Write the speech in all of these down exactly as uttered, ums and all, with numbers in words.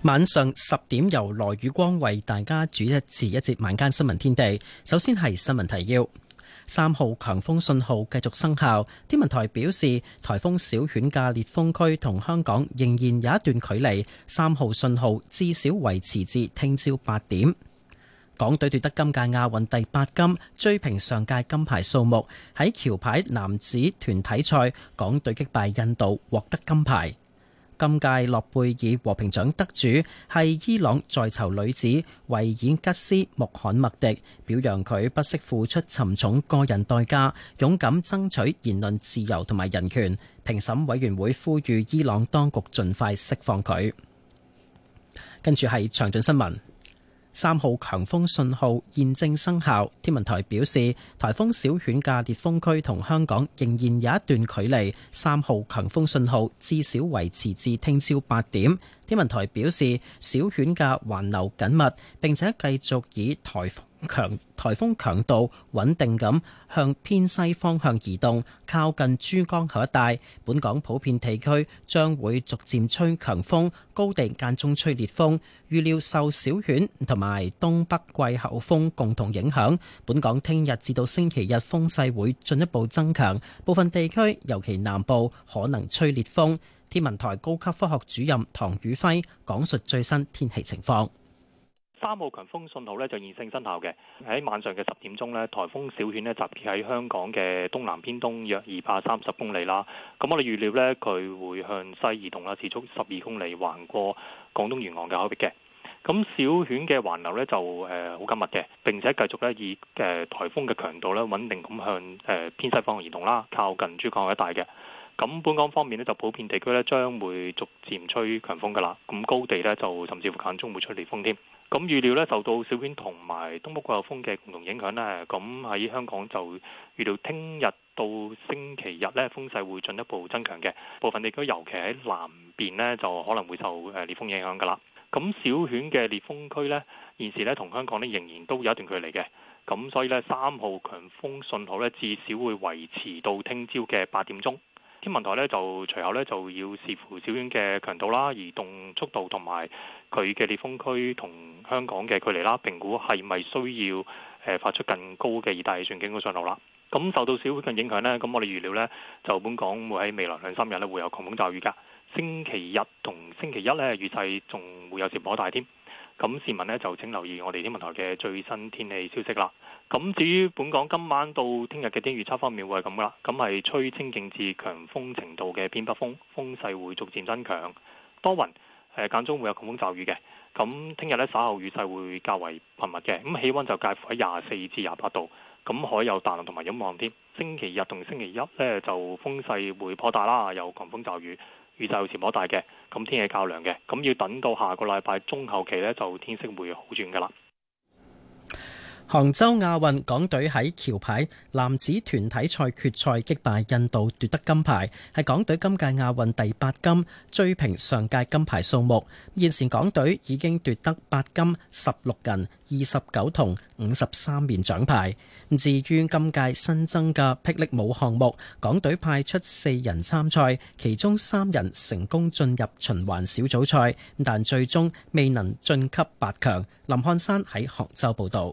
晚上十點由羅宇光為大家主一次一節晚間新聞天地。首先係新聞提要：三號強風信號繼續生效。天文台表示，颱風小犬嘅烈風區同香港仍然有一段距離，三號信號至少維持至聽朝八點。港隊奪得今屆亞運第八金，追平上屆金牌數目。喺橋牌男子團體賽，港隊擊敗印度獲得金牌。今屆諾貝爾和平獎得主係伊朗在囚女子維爾吉斯穆罕默迪，表揚佢不惜付出沉重個人代價，勇敢爭取言論自由同埋人權。評審委員會呼籲伊朗當局盡快釋放佢。跟住係詳盡新聞。三號強風信號現正生效，天文台表示，颱風小犬嘅烈風區同香港仍然有一段距離，三號強風信號至少維持至聽朝八點。天文台表示，小犬嘅環流緊密，並且繼續以颱風強颱風強度穩定咁向偏西方向移動，靠近珠江口一帶。本港普遍地區將會逐漸吹強風，高地間中吹烈風。預料受小犬同埋東北季候風共同影響，本港聽日至到星期日風勢會進一步增強，部分地區尤其南部可能吹烈風。天文台高級科學主任唐宇輝講述最新天氣情況。 三號強風信號咧就現正生效嘅。喺晚上嘅十點鐘咧，颱風小犬咧集結喺香港嘅東南偏東約二百三十公里啦。咁我哋預料咧佢會向西移動啦，時速十二公里，橫過廣東沿岸嘅海域嘅。咁小犬嘅環流咧就誒好緊密嘅，並且繼續咧以誒颱風嘅強度咧穩定咁向誒偏西方向移動啦，靠近珠江口一帶嘅。咁本港方面咧就普遍地區咧將會逐漸吹強風㗎啦，咁高地咧就甚至乎間中會吹烈風添。咁預料咧受到小犬同埋東北季候風嘅共同影響咧，咁喺香港就預料聽日到星期日咧風勢會進一步增強嘅，部分地區尤其喺南邊咧就可能會受誒烈風影響㗎啦。咁小犬嘅烈風區咧現時咧同香港咧仍然都有一段距離嘅，咁所以咧三號強風信號咧至少會維持到聽朝嘅八點鐘。天文台咧就隨後咧就要視乎小犬嘅強度啦、移動速度同埋佢嘅烈風區同香港嘅距離啦，評估係咪需要誒發出更高嘅熱帶氣旋警告信號啦。咁受到小犬嘅影響呢，咁我哋預料呢，就本港會喺未來兩三日咧會有狂風驟雨㗎。星期日同星期一呢，雨勢仲會有時頗大添。咁市民呢，就請留意我哋天文台嘅最新天氣消息啦。咁至於本港今晚到聽日嘅天氣預測方面會係咁噶啦，咁係吹清勁至強風程度嘅偏北風，風勢會逐漸增強，多雲，誒間中會有狂風驟雨嘅。咁聽日呢，稍後雨勢會較為頻密嘅，咁氣温就介乎喺廿四至廿八度，咁海有大浪同埋湧浪添。星期日同星期一呢，就風勢會頗大啦，有狂風驟雨。雨勢有時頗大嘅，咁天氣較涼嘅，咁要等到下個禮拜中後期呢，就天色會好轉噶啦。 杭州亞運，港隊喺橋牌男子團體賽決賽擊敗印度奪得金牌，係港隊今屆亞運第八金，追平上屆金牌數目。現時港隊已經奪得八金、十六銀、二十九銅、五十三面獎牌。至於今屆新增嘅霹靂舞項目，港隊派出四人參賽，其中三人成功進入循環小組賽，但最終未能晉級八強。林漢山喺杭州報導。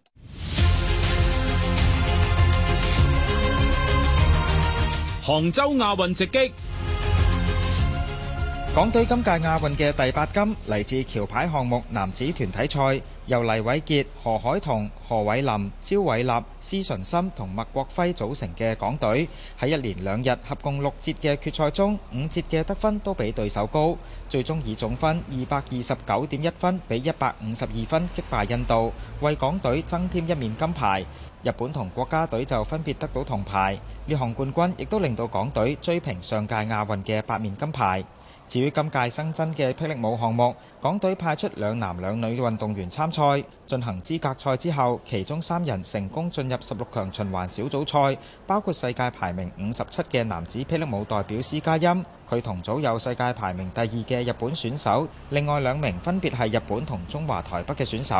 杭州亞運直擊， 港隊今屆亞運嘅第八金嚟自橋牌項目男子團體賽，由黎偉傑、何海彤、何偉林、招偉立、施純森同麥國輝組成嘅港隊，喺一連兩日合共六節嘅決賽中，五節嘅得分都比對手高，最終以總分二百二十九點一分比一百五十二分擊敗印度，為港隊增添一面金牌。日本同國家隊就分別得到銅牌，呢項冠軍亦都令到港隊追平上屆亞運嘅八面金牌。至於今屆新增嘅霹靂舞項目，港隊派出兩男兩女運動員參賽，進行資格賽之後，其中三人成功進入十六強循環小組賽，包括世界排名五十七嘅男子霹靂舞代表施嘉欣，佢同組有世界排名第二嘅日本選手，另外兩名分別係日本同中華台北嘅選手。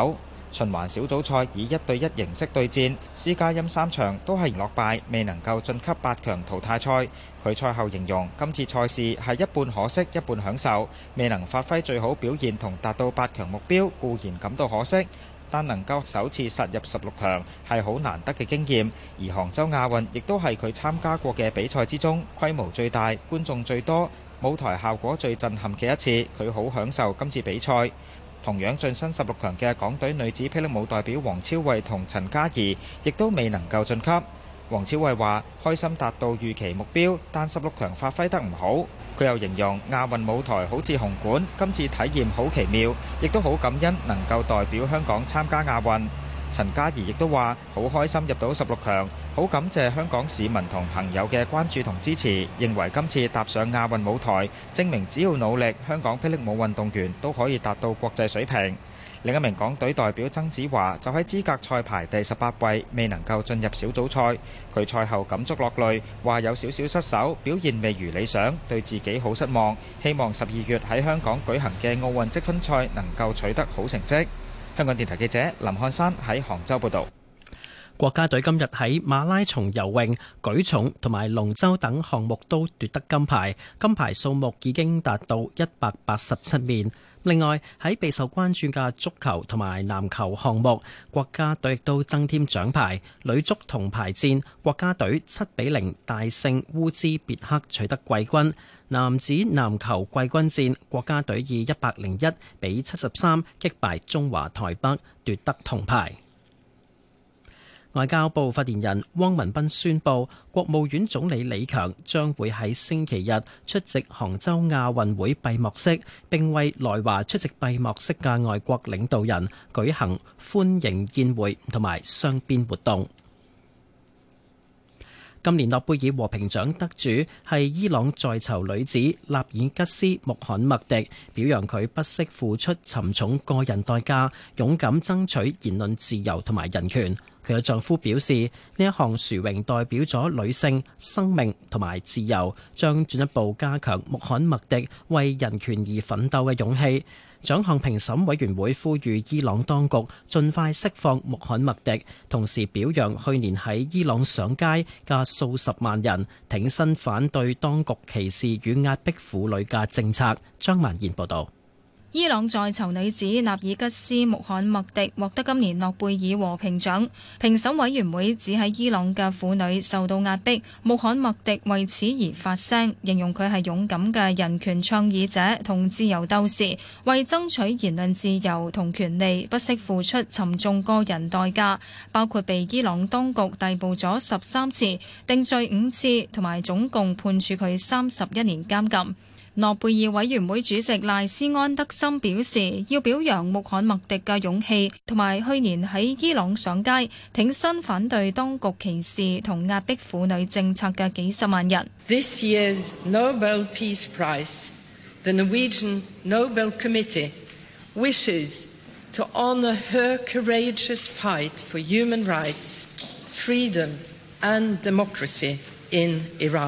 循環小組賽以一對一形式對戰，施嘉欣三場都係落敗，未能夠晉級八強淘汰賽。佢賽後形容今次賽事係一半可惜一半享受，未能發揮最好表現同達到八強目標固然感到可惜，但能夠首次殺入十六強係好難得嘅經驗。而杭州亞運亦都係佢參加過嘅比賽之中規模最大、觀眾最多、舞台效果最震撼嘅一次，佢好享受今次比賽。同樣晉身十六強嘅港隊女子霹靂舞代表黃超慧同陳嘉怡，亦都未能夠晉級。黃超慧話：開心達到預期目標，但十六強發揮得唔好。佢又形容亞運舞台好似紅館，今次體驗好奇妙，亦都好感恩能夠代表香港參加亞運。陳嘉怡亦都話：好開心入到十六強，好感謝香港市民同朋友嘅關注同支持，認為今次踏上亞運舞台，證明只要努力，香港霹靂舞運動員都可以達到國際水平。另一名港隊代表曾子華就喺資格賽排第十八位，未能夠進入小組賽。佢賽後感觸落淚，話有少少失手，表現未如理想，對自己好失望。希望十二月喺香港舉行嘅奧運積分賽能夠取得好成績。香港電台記者林漢山喺杭州報導。 國家隊今日喺馬拉松、游泳、舉重同埋龍舟等項目都奪得金牌，金牌數目已經達到一百八十七面。另外喺備受關注嘅足球同埋籃球項目，國家隊亦都增添獎牌。女足銅牌戰，國家隊七比零大勝烏茲別克取得季軍。男子籃球季軍戰，國家隊以一百零一比七十三擊敗中華台北，奪得銅牌。外交部發言人汪文斌宣布，國務院總理李強將會喺星期日出席杭州亞運會閉幕式，並為來華出席閉幕式嘅外國領導人舉行歡迎宴會同埋雙邊活動。今年諾貝爾和平獎得主係伊朗在囚女子納爾吉斯穆罕默迪，表揚佢不惜付出沉重個人代價，勇敢爭取言論自由同埋人權。佢嘅丈夫表示，呢一項殊榮代表咗女性生命同埋自由，將進一步加強穆罕默迪為人權而奮鬥嘅勇氣。獎項評審委員會呼籲伊朗當局盡快釋放穆罕默迪，同時表揚去年喺伊朗上街嘅數十萬人，挺身反對當局歧視與壓迫婦女嘅政策。張曼燕報導。 伊朗在囚女子納爾吉斯穆罕默迪獲得今年諾貝爾和平獎，評審委員會指喺伊朗嘅婦女受到壓迫，穆罕默迪為此而發聲，形容佢係勇敢嘅人權倡議者同自由鬥士，為爭取言論自由同權利不惜付出沉重個人代價，包括被伊朗當局逮捕咗十三次，定罪五次，同埋總共判處佢三十一年監禁。諾貝爾委員會主席賴斯安德森表示，要表揚穆罕默迪嘅勇氣，同埋去年喺伊朗上街挺身反對當局歧視同壓迫婦女政策嘅幾十萬人。 This year's Nobel Peace Prize, the Norwegian Nobel Committee wishes to honor her courageous fight for human rights, freedom and democracy in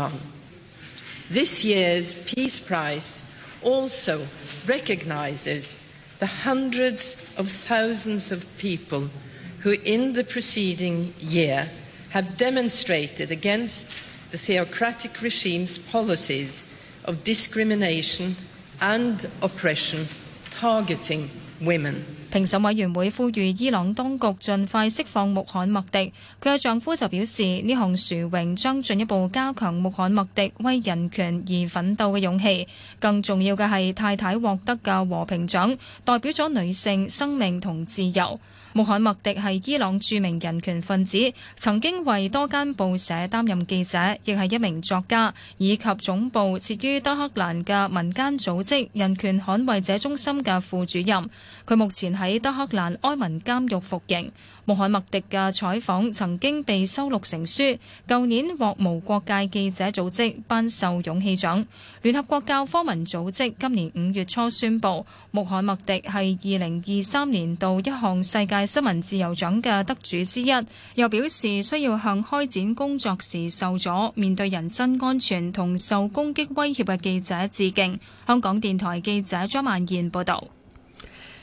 Iran.This year's Peace Prize also recognizes the hundreds of thousands of people who in the preceding year have demonstrated against the theocratic regime's policies of discrimination and oppression targeting women. 評審委員會呼籲伊朗當局盡快釋放穆罕默迪，佢嘅丈夫就表示，呢項殊榮將進一步加強穆罕默迪為人權而奮鬥嘅勇氣。更重要嘅係，太太獲得嘅和平獎代表咗女性生命同自由。穆罕默迪係伊朗著名人權分子，曾經為多間報社擔任記者，亦係一名作家，以及總部設於德黑蘭嘅民間組織人權捍衛者中心嘅副主任。佢目前喺德黑蘭埃文監獄服刑。穆罕默迪嘅採訪曾經被收錄成書，舊年獲無國界記者組織頒授勇氣獎。聯合國教科文組織今年五月初宣布，穆罕默迪係二零二三年度一項世界新聞自由獎嘅得主之一，又表示需要向開展工作時受阻、面對人身安全同受攻擊威脅嘅記者致敬。香港電台記者張曼燕報導。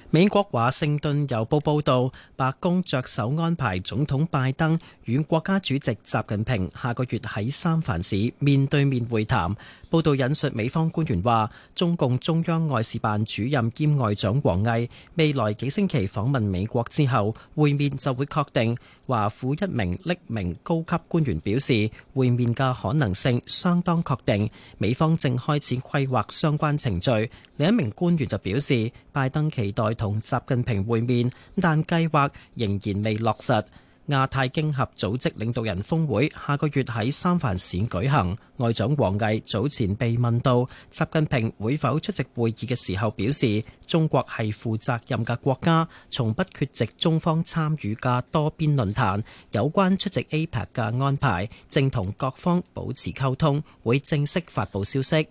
美國華盛頓郵報報導，白宮着手安排總統拜登與國家主席習近平下個月喺三藩市面對面會談。報導引述美方官員話，中共中央外事辦主任兼外長王毅未來幾星期訪問美國之後，會面就會確定。華府一名匿名高級官員表示，會面嘅可能性相當確定，美方正開始規劃相關程序。另一名官員就表示，拜登期待同習近平會面，但計劃仍然未落實。亞太經合組織領導人峰會下個月喺三藩市舉行，外長王毅早前被問到習近平會否出席會議嘅時候，表示中國係負責任嘅國家，從不缺席中方參與嘅多邊論壇。有關出席 A P E C 嘅安排，正同各方保持溝通，會正式發布消息。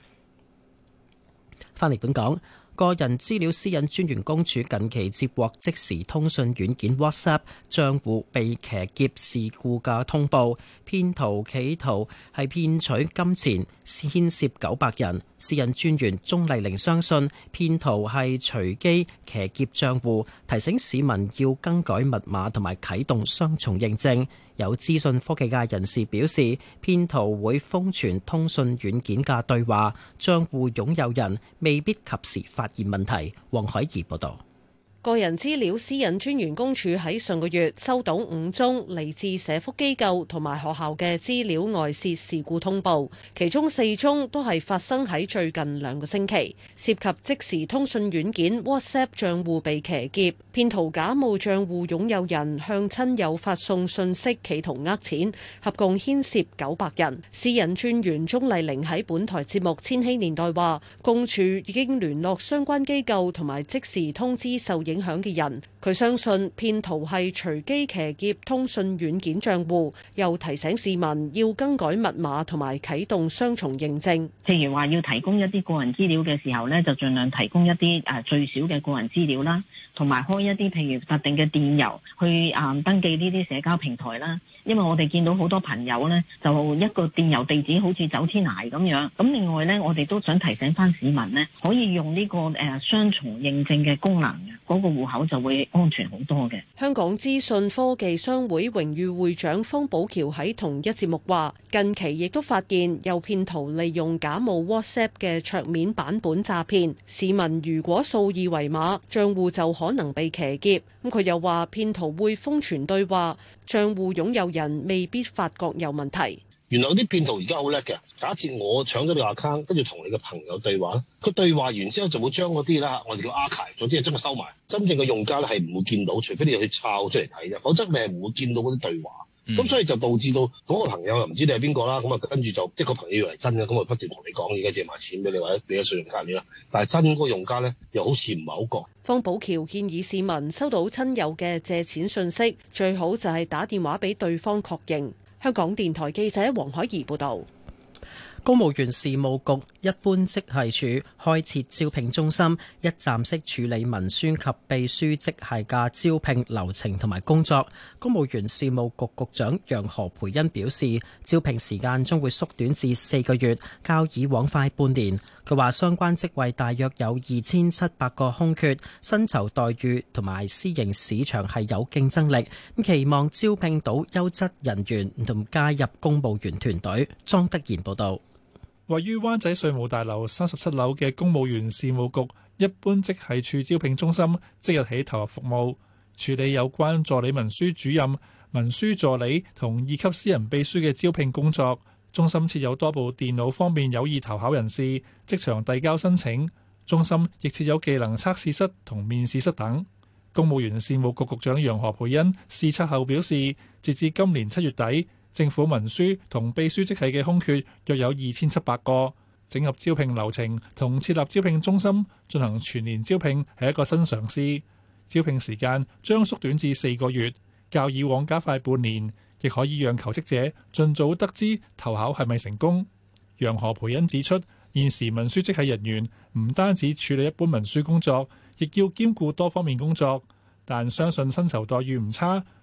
翻嚟本港。個人資料私隱專員公署近期接獲即時通訊軟件 WhatsApp 賬戶被騎劫事故嘅通報，騙徒企圖係騙取金錢，牽涉九百人。私隱專員鍾麗玲相信騙徒係隨機騎劫賬戶，提醒市民要更改密碼同埋啟動雙重認證。有資訊科技界人士表示，騙徒會封存通訊軟件嘅對話，賬戶擁有人未必及時發現問題。黃海怡報導。 個人資料私隱專員公署喺上個月收到五宗嚟自社福機構同埋學校嘅資料外泄事故通報，其中四宗都係發生喺最近兩個星期，涉及即時通訊軟件 WhatsApp 賬戶被騎劫，騙徒假冒賬戶擁有人向親友發送信息，企圖呃錢，合共牽涉九百人。私隱專員鍾麗玲喺本台節目《千禧年代》話，公署已經聯絡相關機構同埋即時通知受影影響嘅人，佢相信騙徒係隨機騎劫通訊軟件賬戶，又提醒市民要更改密碼同埋啟動雙重認證。 譬如話要提供一啲個人資料嘅時候呢，就盡量提供一啲誒最少嘅個人資料啦，同埋開一啲譬如特定嘅電郵去誒登記呢啲社交平台啦。因為我哋見到好多朋友呢，就一個電郵地址好似走天涯咁樣。咁另外呢，我哋都想提醒翻市民呢，可以用呢個誒雙重認證嘅功能嘅，嗰個戶口就會安全好多嘅。 香港資訊科技商會榮譽會長方寶橋喺同一節目話，近期亦都發現有騙徒利用假冒 WhatsApp 嘅桌面版本詐騙市民，如果掃二維碼，賬戶就可能被騎劫。咁佢又話，騙徒會封存對話，賬戶擁有人未必發覺有問題。 原來有啲騙徒而家好叻嘅，假設我搶咗你個 account，跟住同你嘅朋友對話，佢對話完之後就會將嗰啲啦，我哋叫 archive，總之係將佢收埋。真正嘅用家咧係唔會見到，除非你去抄出嚟睇啫，否則你係唔會見到嗰啲對話。咁、嗯、所以就導致到嗰個朋友又唔知你係邊個啦，咁啊跟住就即係個朋友以為真嘅，咁啊不斷同你講而家借埋錢俾你或者俾咗信用卡你啦，但係真嗰個用家咧又好似唔係好覺。 方寶橋建議市民收到親友嘅借錢訊息，最好就係打電話俾對方確認。香港電台記者黃海怡報道。 公務員事務局一般職系處開設招聘中心，一站式處理文書及秘書職系嘅招聘流程同埋工作。公務員事務局局長楊何蓓茵表示，招聘時間將會縮短至四個月，較以往快半年。佢話相關職位大約有二千七百個空缺，薪酬待遇同埋私營市場係有競爭力，期望招聘到優質人員同加入公務員團隊。莊德賢報道。 位於灣仔稅務大樓三十七樓嘅公務員事務局一般職系處招聘中心即日起投入服務，處理有關助理文書主任、文書助理同二級私人秘書嘅招聘工作。中心設有多部電腦，方便有意投考人士即場遞交申請。中心亦設有技能測試室同面試室等。公務員事務局局長楊何蓓茵視察後表示，截至今年七月底，政府文書同秘書職系嘅空缺約有二千七百個，整合招聘流程同設立招聘中心進行全年招聘係一個新嘗試。招聘時間將縮短至四個月，較以往加快半年，亦可以讓求職者盡早得知投考係咪成功。楊何蓓茵指出，現時文書職系人員唔單止處理一般文書工作，亦要兼顧多方面工作，但相信薪酬待遇唔差，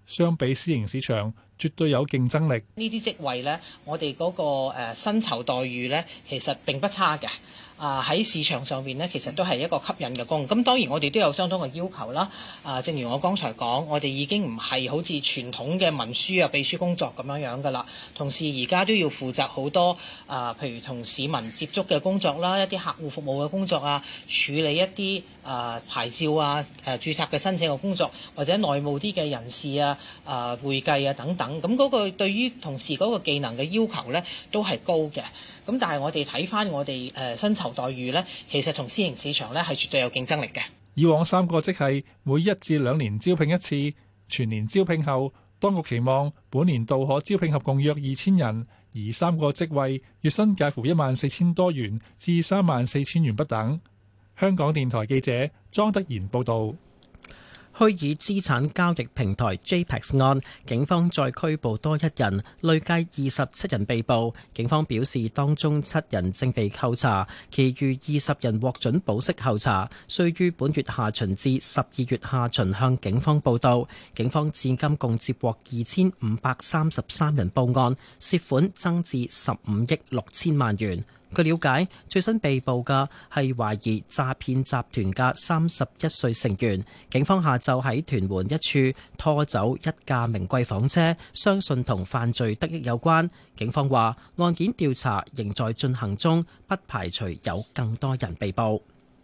相比私營市場，絕對有競爭力。 呢啲職位呢，我哋嗰個誒薪酬待遇呢，其實並不差嘅。啊喺市場上邊呢，其實都係一個吸引嘅工。咁當然我哋都有相當嘅要求啦。啊，正如我剛才講，我哋已經唔係好似傳統嘅文書啊、秘書工作咁樣樣噶啦。同時而家都要負責好多啊，譬如同市民接觸嘅工作啦，一啲客戶服務嘅工作啊，處理一啲啊牌照啊、誒註冊嘅申請嘅工作，或者內務啲嘅人事啊、啊會計啊等等。咁嗰個對於同事嗰個技能嘅要求呢，都係高嘅。咁但係我哋睇翻我哋誒薪酬待遇呢，其實同私營市場呢係絕對有競爭力嘅。 以往三個職系每一至兩年招聘一次，全年招聘後，當局期望本年度可招聘合共約二千人，而三個職位月薪介乎一萬四千多元至三萬四千元不等。香港電台記者莊德賢報導。 虛擬資產交易平台 J P E X 案，警方再拘捕多一人，累計二十七人被捕。警方表示，當中七人正被扣查，其餘二十人獲准保釋候查，需於本月下旬至十二月下旬向警方報到。警方至今共接獲二千五百三十三人報案，涉款增至十五億六千萬元。據了解，最新被捕嘅係懷疑詐騙集團嘅三十一歲成員。警方下晝喺屯門一處拖走一架名貴房車，相信同犯罪得益有關。警方話案件調查仍在進行中，不排除有更多人被捕。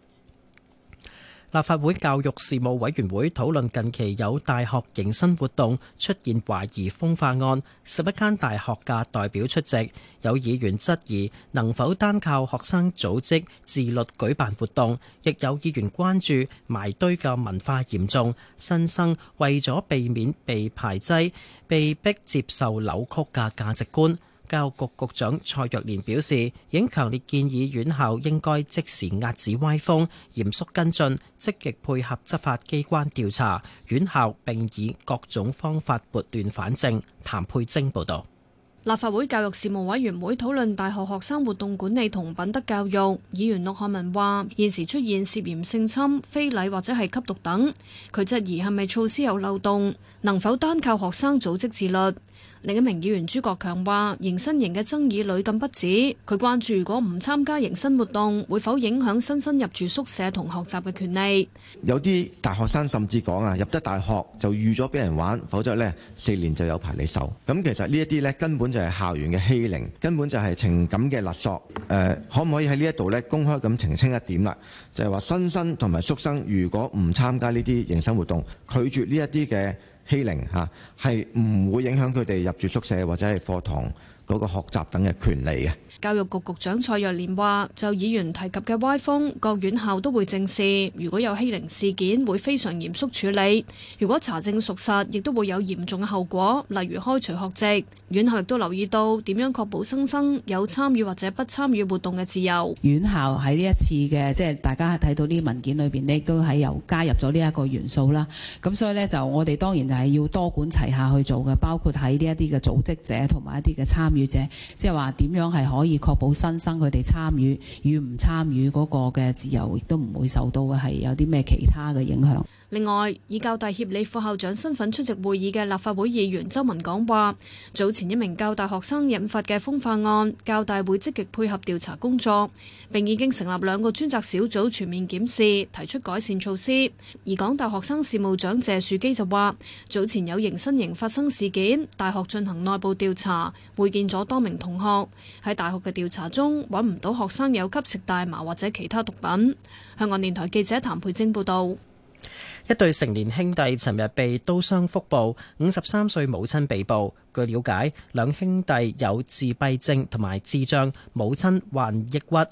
立法會教育事務委員會討論近期有大學迎新活動出現懷疑風化案，十一間大學嘅代表出席。有議員質疑能否單靠學生組織自律舉辦活動，亦有議員關注埋堆嘅文化嚴重，新生為咗避免被排擠，被逼接受扭曲嘅價值觀。教育局局長蔡若蓮表示，已經強烈建議院校應該即時遏止歪風，嚴肅跟進，積極配合執法機關調查，院校並以各種方法撥亂反正。譚佩晶報導。 立法會教育事務委員會討論大學學生活動管理同品德教育，議員陸漢文話：現時出現涉嫌性侵、非禮或者係吸毒等，佢質疑係咪措施有漏洞，能否單靠學生組織自律？另一名議員朱國強話：迎新營嘅爭議屢禁不止，佢關注如果唔參加迎新活動，會否影響新生入住宿舍同學習嘅權利？ 有啲大學生甚至講啊，入得大學就預咗俾人玩，否則呢四年就有排你受。咁其實呢一啲呢根本就係校園嘅欺凌，根本就係情感嘅勒索。誒、呃，可唔可以喺呢一度呢公開咁澄清一點啦？就係話新生同埋宿生如果唔參加呢啲迎新活動，拒絕呢一啲嘅欺凌嚇，係唔會影響佢哋入住宿舍或者係課堂嗰個學習等嘅權利嘅。 教育局局長蔡若蓮話：就議員提及嘅歪風，各院校都會正視。如果有欺凌事件，會非常嚴肅處理。如果查證屬實，亦都會有嚴重嘅後果，例如開除學籍。院校亦都留意到點樣確保新生有參與或者不參與活動嘅自由。 院校喺呢一次嘅即係大家睇到啲文件裏邊呢，亦都係由加入咗呢一個元素啦。咁所以呢，就我哋當然係要多管齊下去做嘅，包括喺呢一啲嘅組織者同埋一啲嘅參與者，即係話點樣係可以確保新生佢哋參與與唔參與嗰個嘅自由，亦都唔會受到係有啲咩其他嘅影響。 另外，以教大協理副校長身份出席會議嘅立法會議員周文港話：早前一名教大學生引發嘅風化案，教大會積極配合調查工作，並已經成立兩個專責小組全面檢視，提出改善措施。而港大學生事務長謝樹基就話：早前有迎新營發生事件，大學進行內部調查，會見咗多名同學，喺大學嘅調查中揾唔到學生有吸食大麻或者其他毒品。香港電台記者譚佩晶報導。 一對成年兄弟尋日被刀傷腹部，五十三歲母親被捕。據了解，兩兄弟有自閉症同埋智障，母親患抑鬱，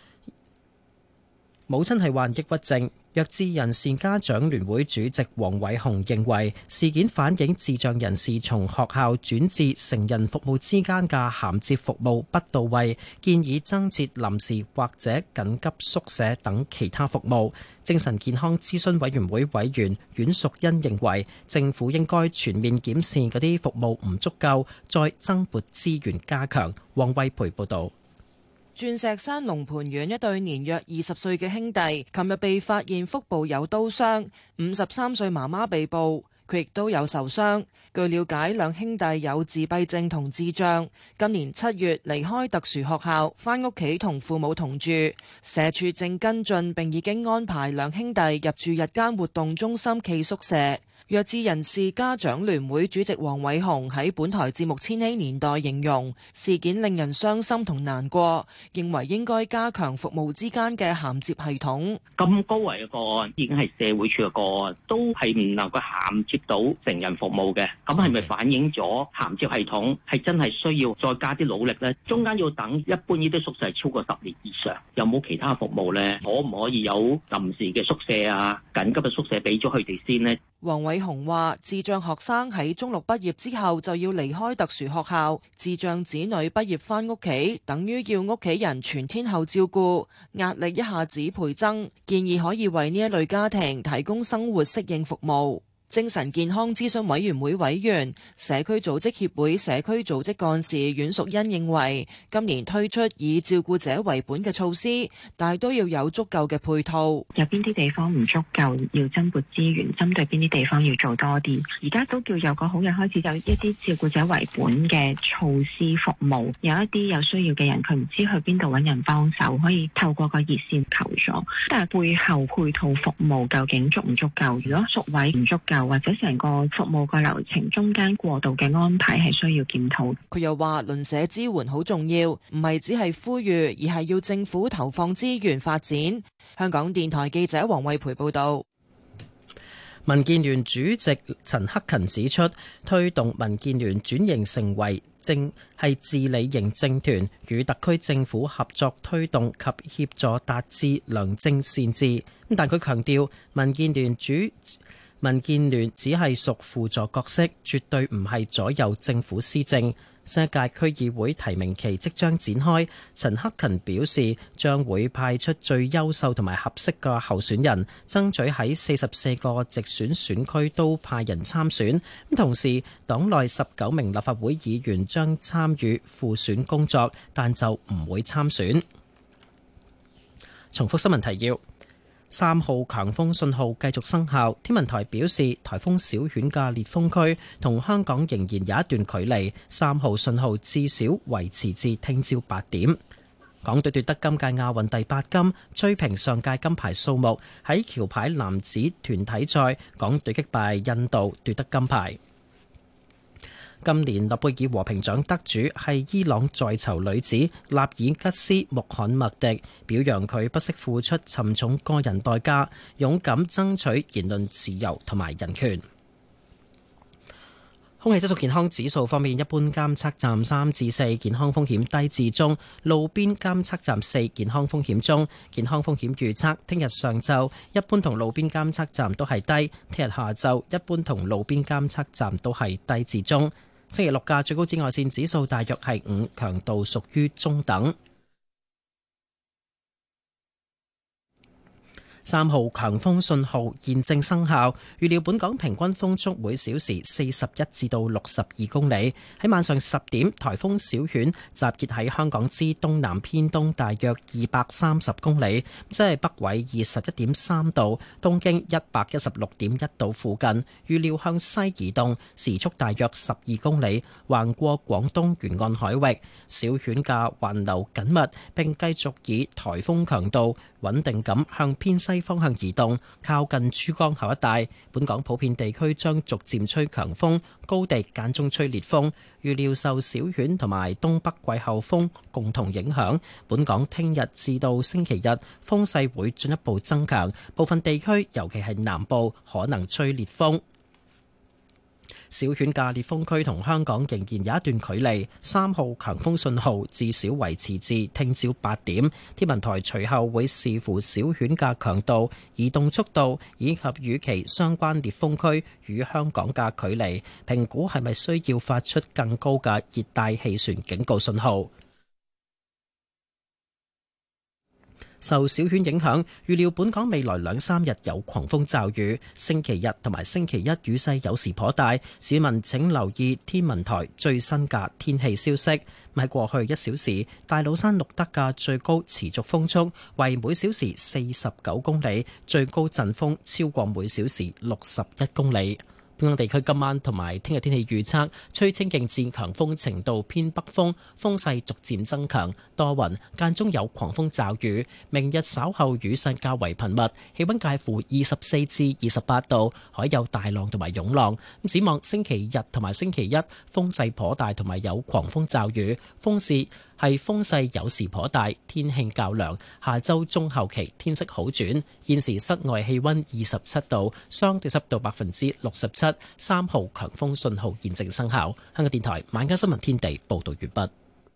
母親係患抑鬱症。弱智人士家長聯會主席黃偉雄認為，事件反映智障人士從學校轉至成人服務之間嘅銜接服務不到位，建議增設臨時或者緊急宿舍等其他服務。精神健康諮詢委員會委員阮淑欣認為，政府應該全面檢視嗰啲服務唔足夠，再增撥資源加強。黃惠培報導。 鑽石山龍蟠苑一對年約二十歲嘅兄弟，琴日被發現腹部有刀傷，五十三歲媽媽被捕。 佢亦都有受傷。據了解，兩兄弟有自閉症同智障，今年七月離開特殊學校，返屋企同父母同住。社署正跟進並已經安排兩兄弟入住日間活動中心暨宿舍。弱智人士家長聯會主席黃偉雄喺本台節目《千禧年代》形容事件令人傷心同難過，認為應該加強服務之間嘅銜接系統。 咁高危嘅個案已經係社會處嘅個案，都係唔能夠銜接到成人服務嘅，咁係咪反映咗銜接系統係真係需要再加啲努力呢？中間要等一般呢啲宿舍超過十年以上，有冇其他服務呢？可唔可以有臨時嘅宿舍啊、緊急嘅宿舍俾咗佢哋先呢？ 黃偉雄話：智障學生喺中六畢業之後就要離開特殊學校，智障子女畢業返屋企，等於要屋企人全天候照顧，壓力一下子倍增。建議可以為呢一類家庭提供生活適應服務。精神健康諮詢委員會委員、社區組織協會社區組織幹事阮淑欣認為，今年推出以照顧者為本嘅措施，但係都要有足夠嘅配套。 有邊啲地方唔足夠，要增撥資源，針對邊啲地方要做多啲。而家都叫有個好嘅開始，有一啲照顧者為本嘅措施服務。有一啲有需要嘅人，佢唔知去邊度揾人幫手，可以透過個熱線求助。但係背後配套服務究竟足唔足夠？如果宿位唔足夠，或者成個服務個流程中間過渡嘅安排係需要檢討。 佢又話鄰舍支援好重要，唔係只係呼籲，而係要政府投放資源發展。香港電台記者黃慧培報道。 民建聯主席陳克勤指出，推動民建聯轉型成為政係治理型政團，與特區政府合作推動及協助達至良政善治。但佢強調，民建聯主民建聯只係屬輔助角色，絕對唔係左右政府施政。新一屆區議會提名期即將展開，陳克勤表示將會派出最優秀同埋合適嘅候選人，爭取喺四十四個直選選區都派人參選。同時，黨內十九名立法會議員將參與輔選工作，但就唔會參選。重複新聞提要。三號強風信號繼續生效，天文台表示颱風小犬嘅烈風區同香港仍然有一段距離，三號信號至少維持至聽朝八點。港隊奪得今屆亞運第八金，追平上屆金牌數目。喺橋牌男子團體賽，港隊擊敗印度奪得金牌。今年諾貝爾和平獎得主係伊朗在囚女子納爾吉斯穆罕默迪，表揚佢不惜付出沉重個人代價，勇敢爭取言論自由同埋人權。空氣質素健康指數方面，一般監測站三至四，健康風險低至中；路邊監測站四，健康風險中。健康風險預測：聽日上晝一般同路邊監測站都係低；聽日下晝一般同路邊監測站都係低至中。星期六嘅最高紫外線指數大約係五，強度屬於中等。三號強風信號現正生效，預料本港平均風速每小時四十一至到六十二公里。喺晚上十點，颱風小犬集結喺香港之東南偏東大約二百三十公里，即係北緯二十一點三度、東經一百一十六點一度附近。預料向西移動，時速大約十二公里，橫過廣東沿岸海域。小犬嘅環流緊密，並繼續以颱風強度穩定咁向偏西方向移動，靠近珠江口一帶。本港普遍地區將逐漸吹強風，高地間中吹烈風。預料受小犬同埋東北季候風共同影響，本港聽日至到星期日風勢會進一步增強，部分地區尤其係南部可能吹烈風。小犬嘅烈風區同香港仍然有一段距離，三號強風信號至少維持至聽朝八點。天文台隨後會視乎小犬嘅強度、移動速度以及與其相關烈風區與香港嘅距離，評估係咪需要發出更高嘅熱帶氣旋警告信號。受小犬影響，預料本港未來兩三日有狂風驟雨，星期日同埋星期一雨勢有時頗大，市民請留意天文台最新嘅天氣消息。喺過去一小時，大老山錄得嘅最高持續風速為每小時四十九公里，最高陣風超過每小時六十一公里。 本港地區今晚同埋聽日天氣預測，吹清勁至強風程度偏北風，風勢逐漸增強，多雲，間中有狂風驟雨。明日稍後雨勢較為頻密，氣溫介乎二十四至二十八度，海有大浪同埋湧浪。咁展望星期日同埋星期一，風勢頗大同埋有狂風驟雨，風勢係風勢有時頗大，天氣較涼。下周中後期天色好轉。現時室外氣溫二十七度，相對濕度百分之六十七，三號強風信號現正生效。香港電台晚間新聞天地報道完畢。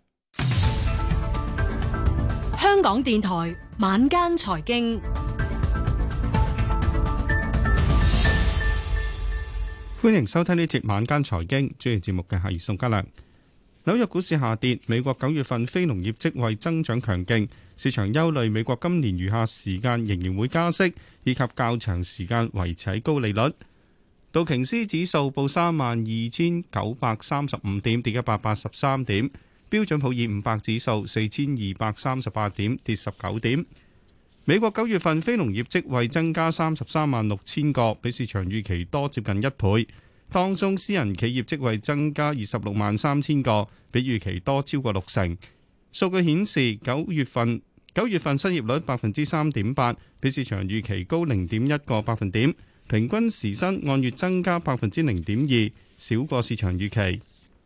香港電台晚間財經， 歡迎收聽呢節晚間財經，主持節目嘅係宋嘉良。紐約股市下跌，美國九月份非農業職位增長強勁，市場憂慮美國今年餘下時間仍然會加息，以及較長時間維持喺高利率。道瓊斯指數報三萬二千九百三十五點，跌一百八十三點。標準普爾五百指數四千二百三十八點，跌十九點。美國九月份非農業職位增加三十三萬六千個，比市場預期多接近一倍。當中私人企業職位增加二十六萬三千個，比預期多超過六成。數據顯示，九月份九月份失業率百分之三點八，比市場預期高零點一個百分點。平均時薪按月增加百分之零點二，少過市場預期。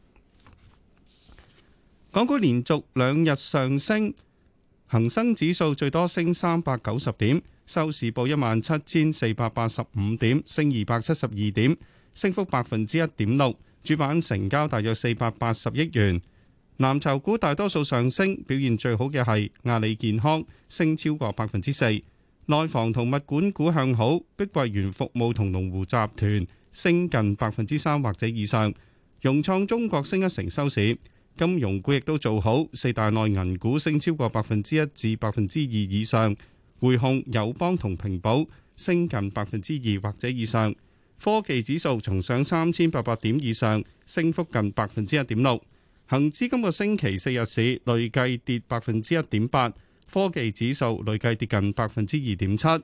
港股連續兩日上升，恒生指數最多升三百九十點，收市報一萬七千四百八十五點，升二百七十二點。升幅百分之一點六，主板成交大約四百八十億元。藍籌股大多數上升，表現最好嘅係阿里健康，升超過百分之四。內房同物管股向好，碧桂園服務同龍湖集團升近百分之三或者以上。融創中國升一成收市。金融股亦都做好，四大內銀股升超過百分之一至百分之二以上。匯控、友邦同平保升近百分之二或者以上。科技指數重上三千八百點以上，升幅近百分之一點六。恒指今個星期四日市累計跌百分之一點八，科技指數累計跌近百分之二點七。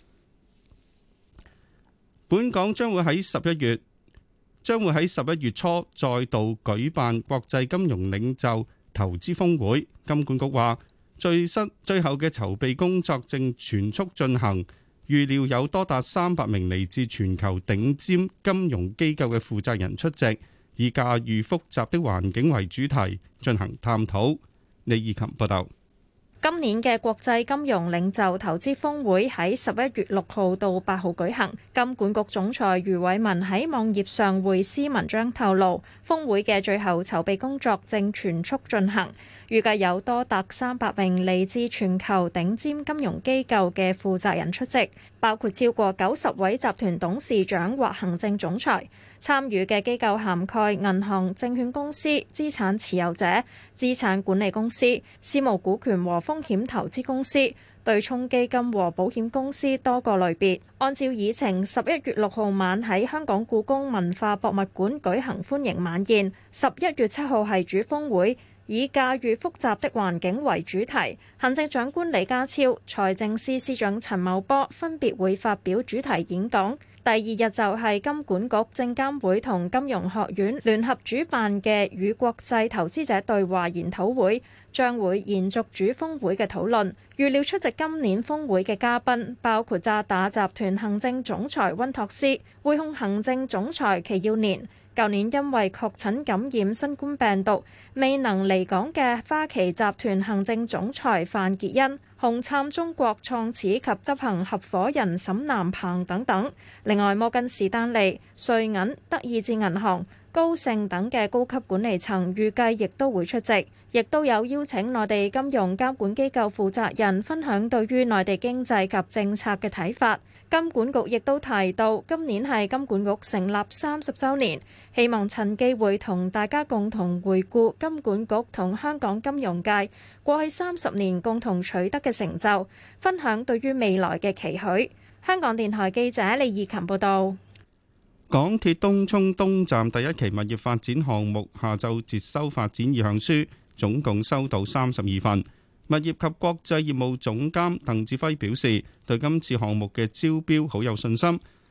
本港將會喺十一月將會喺十一月初再度舉辦國際金融領袖投資峰會。金管局話，最新最後嘅籌備工作正全速進行。預料有多達三百名嚟自全球頂尖金融機構嘅負責人出席，以駕馭複雜的環境為主題進行探討。李義琴報道。 今年嘅國際金融領袖投資峰會喺十一月六號到八號舉行。金管局總裁余偉文喺網頁上匯師文章透露，峰會嘅最後籌備工作正全速進行，預計有多達三百名嚟自全球頂尖金融機構嘅負責人出席，包括超過九十位集團董事長或行政總裁。參與嘅機構涵蓋銀行、證券公司、資產持有者、資產管理公司、私募股權和風險投資公司、對沖基金和保險公司多個類別。按照議程，十一月六號晚喺香港故宮文化博物館舉行歡迎晚宴，十一月七號係主峰會，以駕馭複雜的環境為主題。行政長官李家超、財政司司長陳茂波分別會發表主題演講。第二日就係金管局、證監會同金融學院聯合主辦嘅與國際投資者對話研討會，將會延續主峰會嘅討論。預料出席今年峰會嘅嘉賓包括渣打集團行政總裁溫托斯、匯控行政總裁祁耀年。舊年因為確診感染新冠病毒未能離港嘅花旗集團行政總裁范潔恩、紅杉中國創始及執行合夥人沈南鵬等等。另外，摩根士丹利、瑞銀、德意志銀行、高盛等嘅高級管理層預計亦都會出席，亦都有邀請內地金融監管機構負責人分享對於內地經濟及政策嘅睇法。金管局亦都提到，今年係金管局成立三十週年，希望趁機會同大家共同回顧金管局同香港金融界過去三十年共同取得嘅成就，分享對於未來嘅期許。香港電台記者李義琴報道。 港鐵東涌東站第一期物業發展項目下晝接收發展意向書，總共收到三十二份。物業及國際業務總監鄧志輝表示，對今次項目嘅招標好有信心，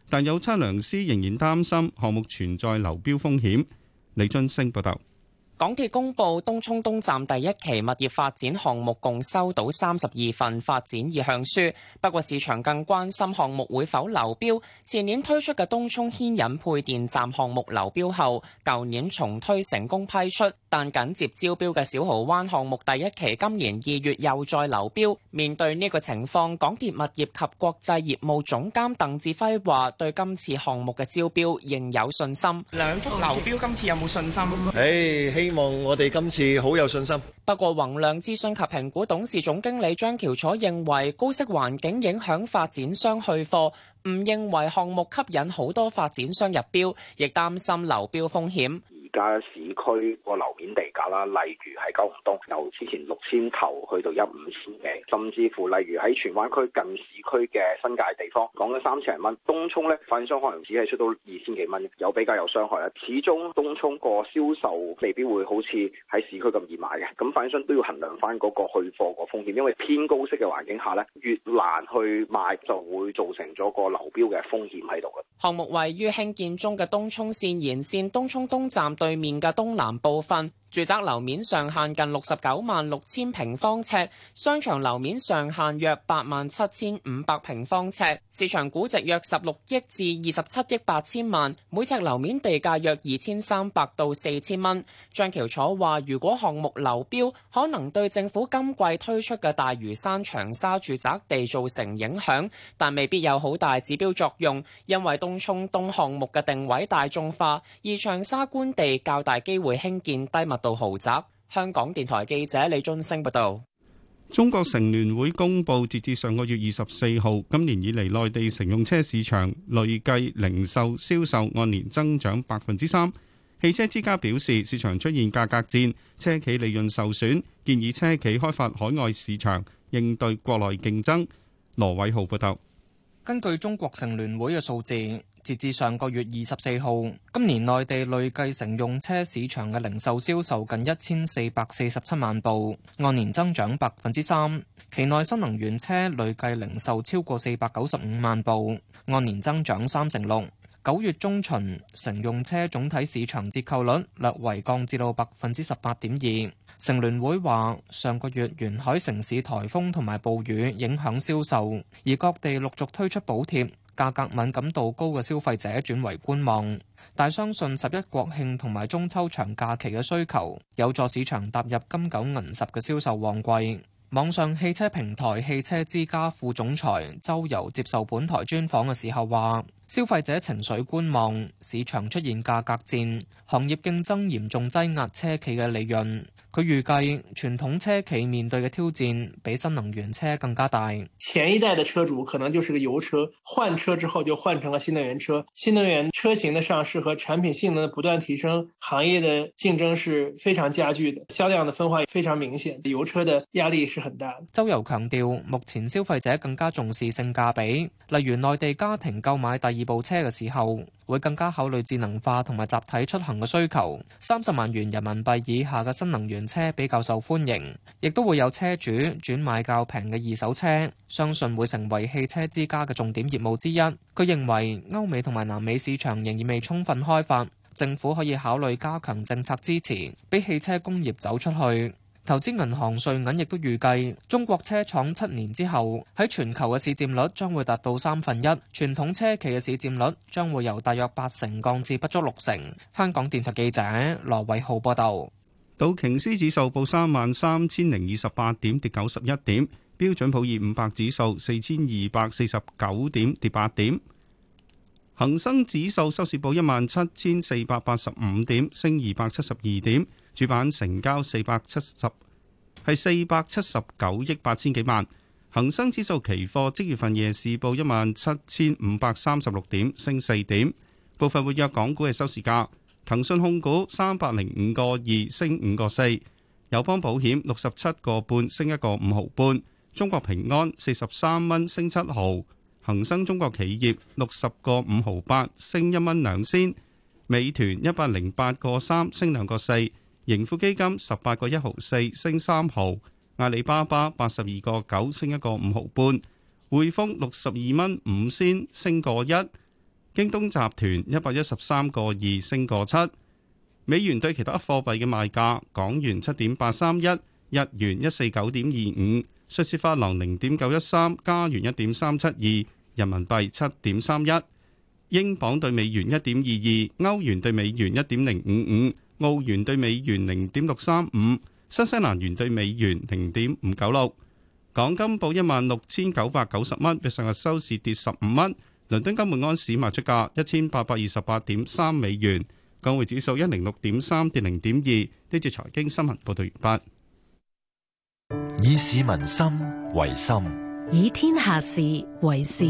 但有測量師仍然擔心項目存在流標風險。李津升報道。 港鐵公布東涌東站第一期物業發展項目共收到三十二份發展意向書，不過市場更關心項目會否流標。前年推出嘅東涌牽引配電站項目流標後，舊年重推成功批出，但緊接招標嘅小蠔灣項目第一期今年二月又再流標。面對呢個情況，港鐵物業及國際業務總監鄧志輝話：對今次項目嘅招標仍有信心。兩幅流標今次有冇信心？ 誒，希望我哋今次好有信心。 不過宏亮諮詢及評估董事總經理張喬楚認為，高息環境影響發展商去貨，唔認為項目吸引好多發展商入標，亦擔心流標風險。 而家市區個樓面地價啦，例如喺九龍東由之前六千頭去到一五千幾，甚至乎例如喺荃灣區近市區嘅新界地方，講緊三千零蚊。東涌咧，發展商可能只係出到二千幾蚊，有比較有傷害啦。始終東涌個銷售未必會好似喺市區咁易買嘅，咁發展商都要衡量翻嗰個去貨個風險，因為偏高息嘅環境下咧，越難去賣就會造成咗個流標嘅風險喺度嘅。 項目位於興建中嘅東涌綫延綫東涌東站對面嘅東南部分，住宅樓面上限近六十九萬六千平方尺，商場樓面上限約八萬七千五百平方尺，市場估值約十六億至二十七億八千萬，每尺樓面地價約二千三百到四千蚊。張喬楚話：如果項目流標，可能對政府今季推出嘅大嶼山長沙住宅地造成影響，但未必有好大指標作用，因為東涌東項目嘅定位大眾化，而長沙官地較大機會興建低密度豪宅。香港電台記者李津升報道。 中國乘聯會公布，截至上個月二十四號，今年以嚟內地乘用車市場累計零售銷售按年增長百分之三。汽車之家表示，市場出現價格戰，車企利潤受損，建議車企開發海外市場，應對國內競爭。羅偉浩報道。 根據中國乘聯會嘅數字，截至上個月二十四號，今年內地累計乘用車市場嘅零售銷售近一千四百四十七萬部，按年增長百分之三。期內新能源車累計零售超過四百九十五萬部，按年增長三成六。九月中旬，乘用車總體市場折扣率略為降至到百分之十八點二。乘聯會話，上個月沿海城市颱風同埋暴雨影響銷售，而各地陸續推出補貼，價格敏感度高嘅消費者轉為觀望。但相信十一國慶同埋中秋長假期嘅需求，有助市場踏入金九銀十嘅銷售旺季。網上汽車平台汽車之家副總裁周游接受本台專訪嘅時候話，消費者情緒觀望，市場出現價格戰，行業競爭嚴重擠壓車企嘅利潤。佢預計傳統車企面對嘅挑戰比新能源車更加大。 前一代的車主可能就是個油車，換車之後就換成了新能源車。新能源車型的上市和產品性能的不斷提升，行業的競爭是非常加劇的，銷量的分化非常明顯，油車的壓力是很大的。 周游強調，目前消費者更加重視性價比，例如內地家庭購買第二部車嘅時候，會更加考慮智能化同埋集體出行嘅需求。三十萬元人民幣以下嘅新能源車比較受歡迎，亦都會有車主轉買較平嘅二手車，相信會成為汽車之家嘅重點業務之一。佢認為歐美同埋南美市場仍然未充分開發，政府可以考慮加強政策支持，俾汽車工業走出去。投資銀行瑞銀亦都預計，中國車廠七年之後喺全球嘅市佔率將會達到三分一，傳統車企嘅市佔率將會由大約八成降至不足六成。香港電台記者羅偉浩報道。 道瓊斯指數報三萬三千零二十八點，跌九十一點；標準普爾五百指數四千二百四十九點，跌八點；恒生指數收市報一萬七千四百八十五點，升二百七十二點。主板成交四百七十係四百七十九億八千幾萬。恒生指數期貨即月份夜市報一萬七千五百三十六點，升四點。部分活躍港股嘅收市價：騰訊控股三百零五個二，升五個四；友邦保險六十七個半，升一個五毫半；中國平安四十三蚊，升七毫；恒生中國企業六十個五毫八，升一蚊兩仙；美團一百零八個三，升兩個四。盈富基金十八個一毫四，升三毫；阿里巴巴八十二個九，升一個五毫半；匯豐六十二蚊五仙，升個一； 京東集團一百一十三個二升個七。美元對其他貨幣嘅賣價：港元七點八三一，日元一四九點二五，瑞士法郎零點九一三，加元一點三七二，人民幣七點三一，英鎊對美元一點二二，歐元對美元一點零五五，澳元對美元零點六三五，新西蘭元對美元零點五九六。港金報一萬六千九百九十蚊，比上日收市跌十五蚊。倫敦金每安士賣出價一千八百二十八點三美元。港匯指數一零六點三跌零點二。呢節財經新聞報道完畢。 以市民心為心， 以天下事為事。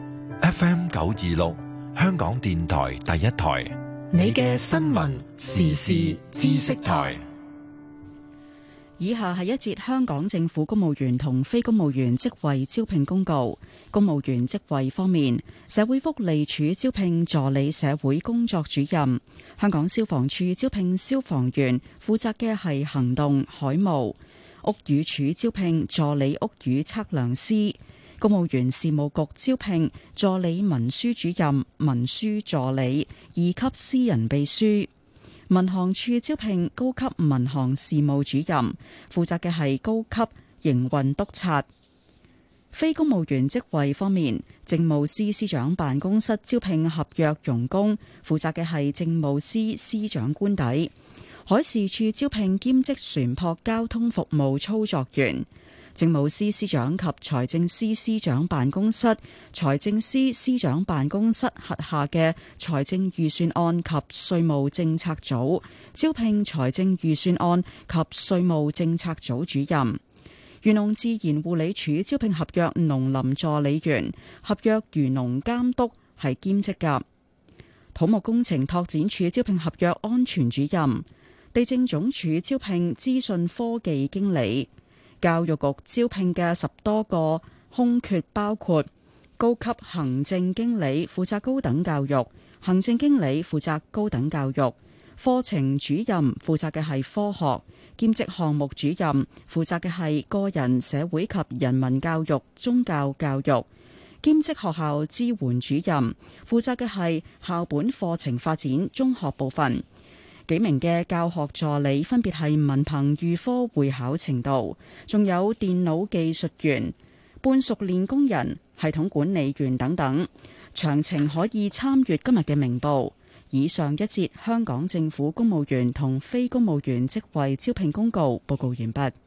F M 九二六，香港電台第一台， 你嘅新聞時事知識台。 以下係一節香港政府公務員同非公務員職位招聘公告。公務員職位方面，社會福利署招聘助理社會工作主任；香港消防處招聘消防員，負責嘅係行動海務；屋宇署招聘助理屋宇測量師；公務員事務局招聘助理文書主任、文書助理、二級私人秘書。民航處招聘高級民航事務主任，負責嘅係高級營運督察。非公務員職位方面，政務司司長辦公室招聘合約傭工，負責嘅係政務司司長官邸。海事處招聘兼職船舶交通服務操作員。政務司司長及財政司司長辦公室、財政司司長辦公室轄下嘅財政預算案及稅務政策組招聘財政預算案及稅務政策組主任。漁農自然護理署招聘合約農林助理員，合約漁農監督係兼職嘅。土木工程拓展署招聘合約安全主任。地政總署招聘資訊科技經理。教育局招聘嘅十多個空缺包括高級行政經理負責高等教育，行政經理負責高等教育，課程主任負責嘅係科學，兼職項目主任負責嘅係個人、社會及人民教育、宗教教育，兼職學校支援主任負責嘅係校本課程發展中學部分。幾名嘅教學助理分別係文憑預科會考程度，仲有電腦技術員、半熟練工人、系統管理員等等。詳情可以參閱今日嘅明報。以上一節香港政府公務員同非公務員職位招聘公告報告完畢。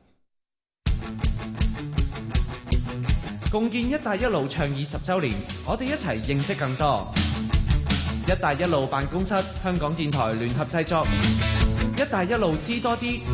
共建一帶一路倡議十週年，我哋一齊認識更多。一帶一路辦公室，香港電台聯合製作。一帶一路知多啲。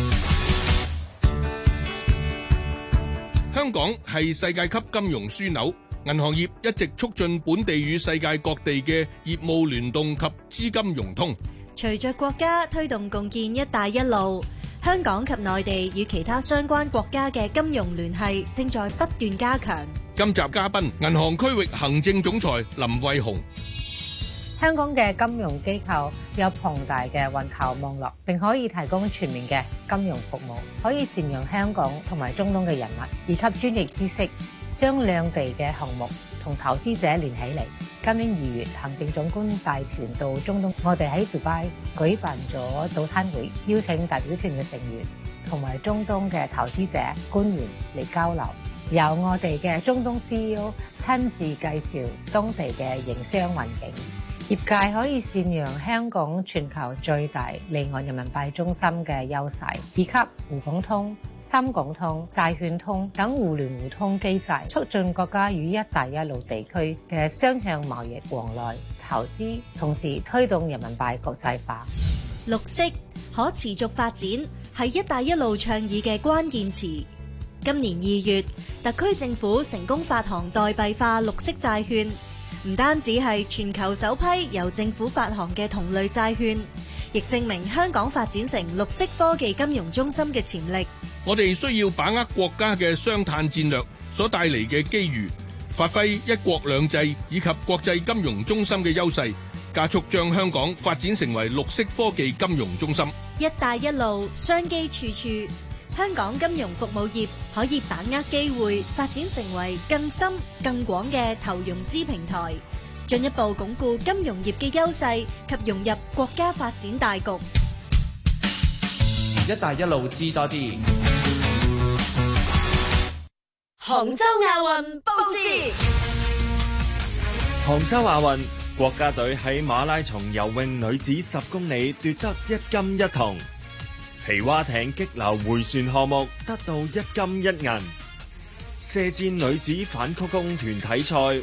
香港係世界級金融樞紐，銀行業一直促進本地與世界各地嘅業務聯動及資金融通。 隨着國家推動共建一帶一路，香港及內地與其他相關國家嘅金融聯繫正在不斷加強。 今集嘉賓，銀行區域行政總裁林慧虹。 香港嘅金融機構有龐大嘅環球網絡，並可以提供全面嘅金融服務，可以善用香港同埋中東嘅人物以及專業知識，將兩地嘅項目同投資者連起嚟。今年二月，行政長官帶團到中東，我哋喺杜拜舉辦咗早餐會，邀請代表團嘅成員同埋中東嘅投資者官員嚟交流，由我哋嘅中東 C E O 親自介紹當地嘅營商環境。業界可以善用香港全球最大離岸人民幣中心嘅優勢，以及滬港通、深港通、債券通等互聯互通機制，促進國家與一帶一路地區嘅雙向貿易往來、投資，同時推動人民幣國際化。 綠色可持續發展係一帶一路倡議嘅關鍵詞。今年二月，特區政府成功發行代幣化綠色債券。唔單止係全球首批由政府發行嘅同類債券，亦證明香港發展成綠色科技金融中心嘅潛力。 我哋需要把握國家嘅雙碳戰略所帶嚟嘅機遇，發揮一國兩制以及國際金融中心嘅優勢，加速將香港發展成為綠色科技金融中心。 一帶一路商機處處，香港金融服務業可以把握機會，發展成為更深更廣嘅投融資平台， 進一步鞏固金融業嘅優勢及融入國家發展大局。 一帶一路知多啲。 杭州亞運報知。 杭州亞運，國家隊喺馬拉松游泳女子十公里奪得一金一銅，皮划艇激流迴旋項目得到一金一銀，射箭女子反曲弓團體賽